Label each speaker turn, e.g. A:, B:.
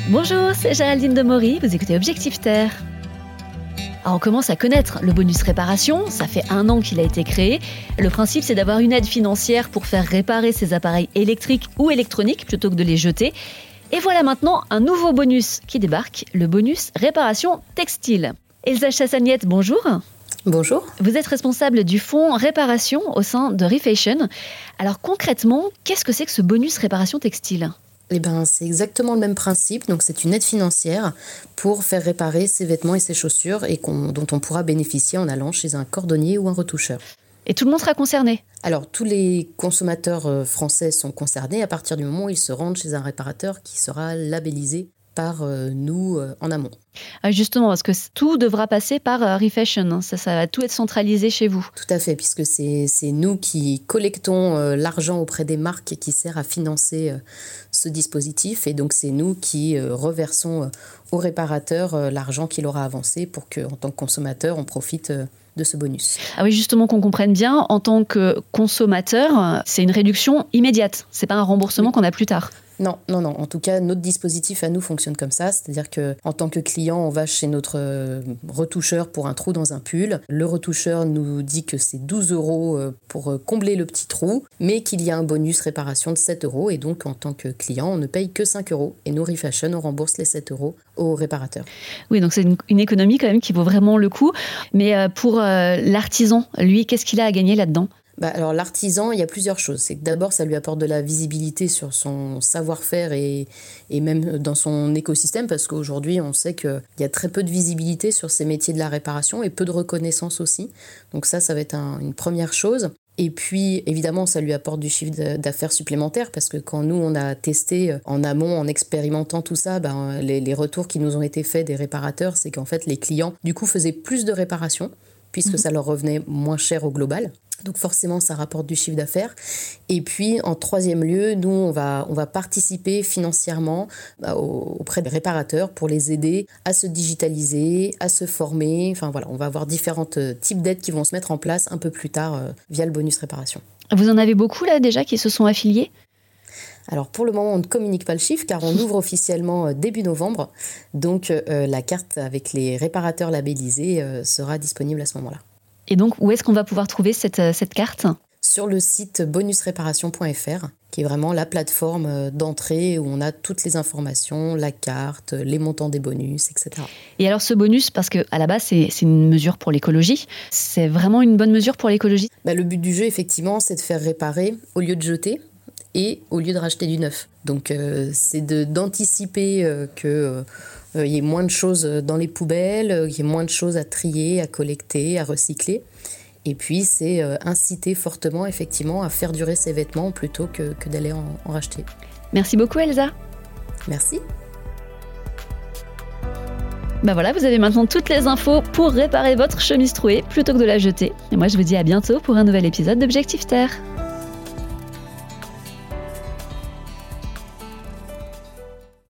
A: Bonjour, c'est Géraldine Demory, vous écoutez Objectif Terre. Alors on commence à connaître le bonus réparation, ça fait 1 an qu'il a été créé. Le principe, c'est d'avoir une aide financière pour faire réparer ses appareils électriques ou électroniques plutôt que de les jeter. Et voilà maintenant un nouveau bonus qui débarque, le bonus réparation textile. Elsa Chassagnette, bonjour.
B: Bonjour.
A: Vous êtes responsable du fonds réparation au sein de Refashion. Alors concrètement, qu'est-ce que c'est que ce bonus réparation textile ?
B: C'est exactement le même principe. Donc, c'est une aide financière pour faire réparer ses vêtements et ses chaussures et dont on pourra bénéficier en allant chez un cordonnier ou un retoucheur.
A: Et tout le monde sera concerné ?
B: Alors, tous les consommateurs français sont concernés à partir du moment où ils se rendent chez un réparateur qui sera labellisé par nous en amont.
A: Justement, parce que tout devra passer par Refashion, ça va tout être centralisé chez vous.
B: Tout à fait, puisque c'est nous qui collectons l'argent auprès des marques qui sert à financer ce dispositif. Et donc, c'est nous qui reversons au réparateur l'argent qu'il aura avancé pour qu'en tant que consommateur, on profite de ce bonus.
A: Ah oui, justement, qu'on comprenne bien, en tant que consommateur, c'est une réduction immédiate. C'est pas un remboursement qu'on a plus tard.
B: Non. En tout cas, notre dispositif à nous fonctionne comme ça. C'est-à-dire qu'en tant que client, on va chez notre retoucheur pour un trou dans un pull. Le retoucheur nous dit que c'est 12 € pour combler le petit trou, mais qu'il y a un bonus réparation de 7 €. Et donc, en tant que client, on ne paye que 5 €. Et nous, Refashion, on rembourse les 7 € au réparateur.
A: Oui, donc c'est une économie quand même qui vaut vraiment le coup. Mais pour l'artisan, lui, qu'est-ce qu'il a à gagner là-dedans ?
B: Alors l'artisan, il y a plusieurs choses. C'est que d'abord, ça lui apporte de la visibilité sur son savoir-faire et même dans son écosystème, parce qu'aujourd'hui, on sait qu'il y a très peu de visibilité sur ces métiers de la réparation et peu de reconnaissance aussi. Donc ça va être une première chose. Et puis, évidemment, ça lui apporte du chiffre d'affaires supplémentaire, parce que quand nous, on a testé en amont, en expérimentant tout ça, les retours qui nous ont été faits des réparateurs, c'est qu'en fait, les clients, du coup, faisaient plus de réparations, puisque ça leur revenait moins cher au global. Donc forcément, ça rapporte du chiffre d'affaires. Et puis, en troisième lieu, nous, on va participer financièrement auprès des réparateurs pour les aider à se digitaliser, à se former. Enfin voilà, on va avoir différents types d'aides qui vont se mettre en place un peu plus tard via le bonus réparation.
A: Vous en avez beaucoup là déjà qui se sont affiliés ?
B: Alors pour le moment, on ne communique pas le chiffre car on ouvre officiellement début novembre. Donc la carte avec les réparateurs labellisés sera disponible à ce moment-là.
A: Et donc, où est-ce qu'on va pouvoir trouver cette carte ?
B: Sur le site bonusréparation.fr, qui est vraiment la plateforme d'entrée où on a toutes les informations, la carte, les montants des bonus, etc.
A: Et alors ce bonus, parce qu'à la base, c'est une mesure pour l'écologie, c'est vraiment une bonne mesure pour l'écologie ?
B: Le but du jeu, effectivement, c'est de faire réparer au lieu de jeter et au lieu de racheter du neuf. Donc, c'est d'anticiper que... il y ait moins de choses dans les poubelles, il y ait moins de choses à trier, à collecter, à recycler. Et puis, c'est inciter fortement, effectivement, à faire durer ses vêtements plutôt que d'aller en racheter.
A: Merci beaucoup, Elsa.
B: Merci.
A: Voilà, vous avez maintenant toutes les infos pour réparer votre chemise trouée plutôt que de la jeter. Et moi, je vous dis à bientôt pour un nouvel épisode d'Objectif Terre.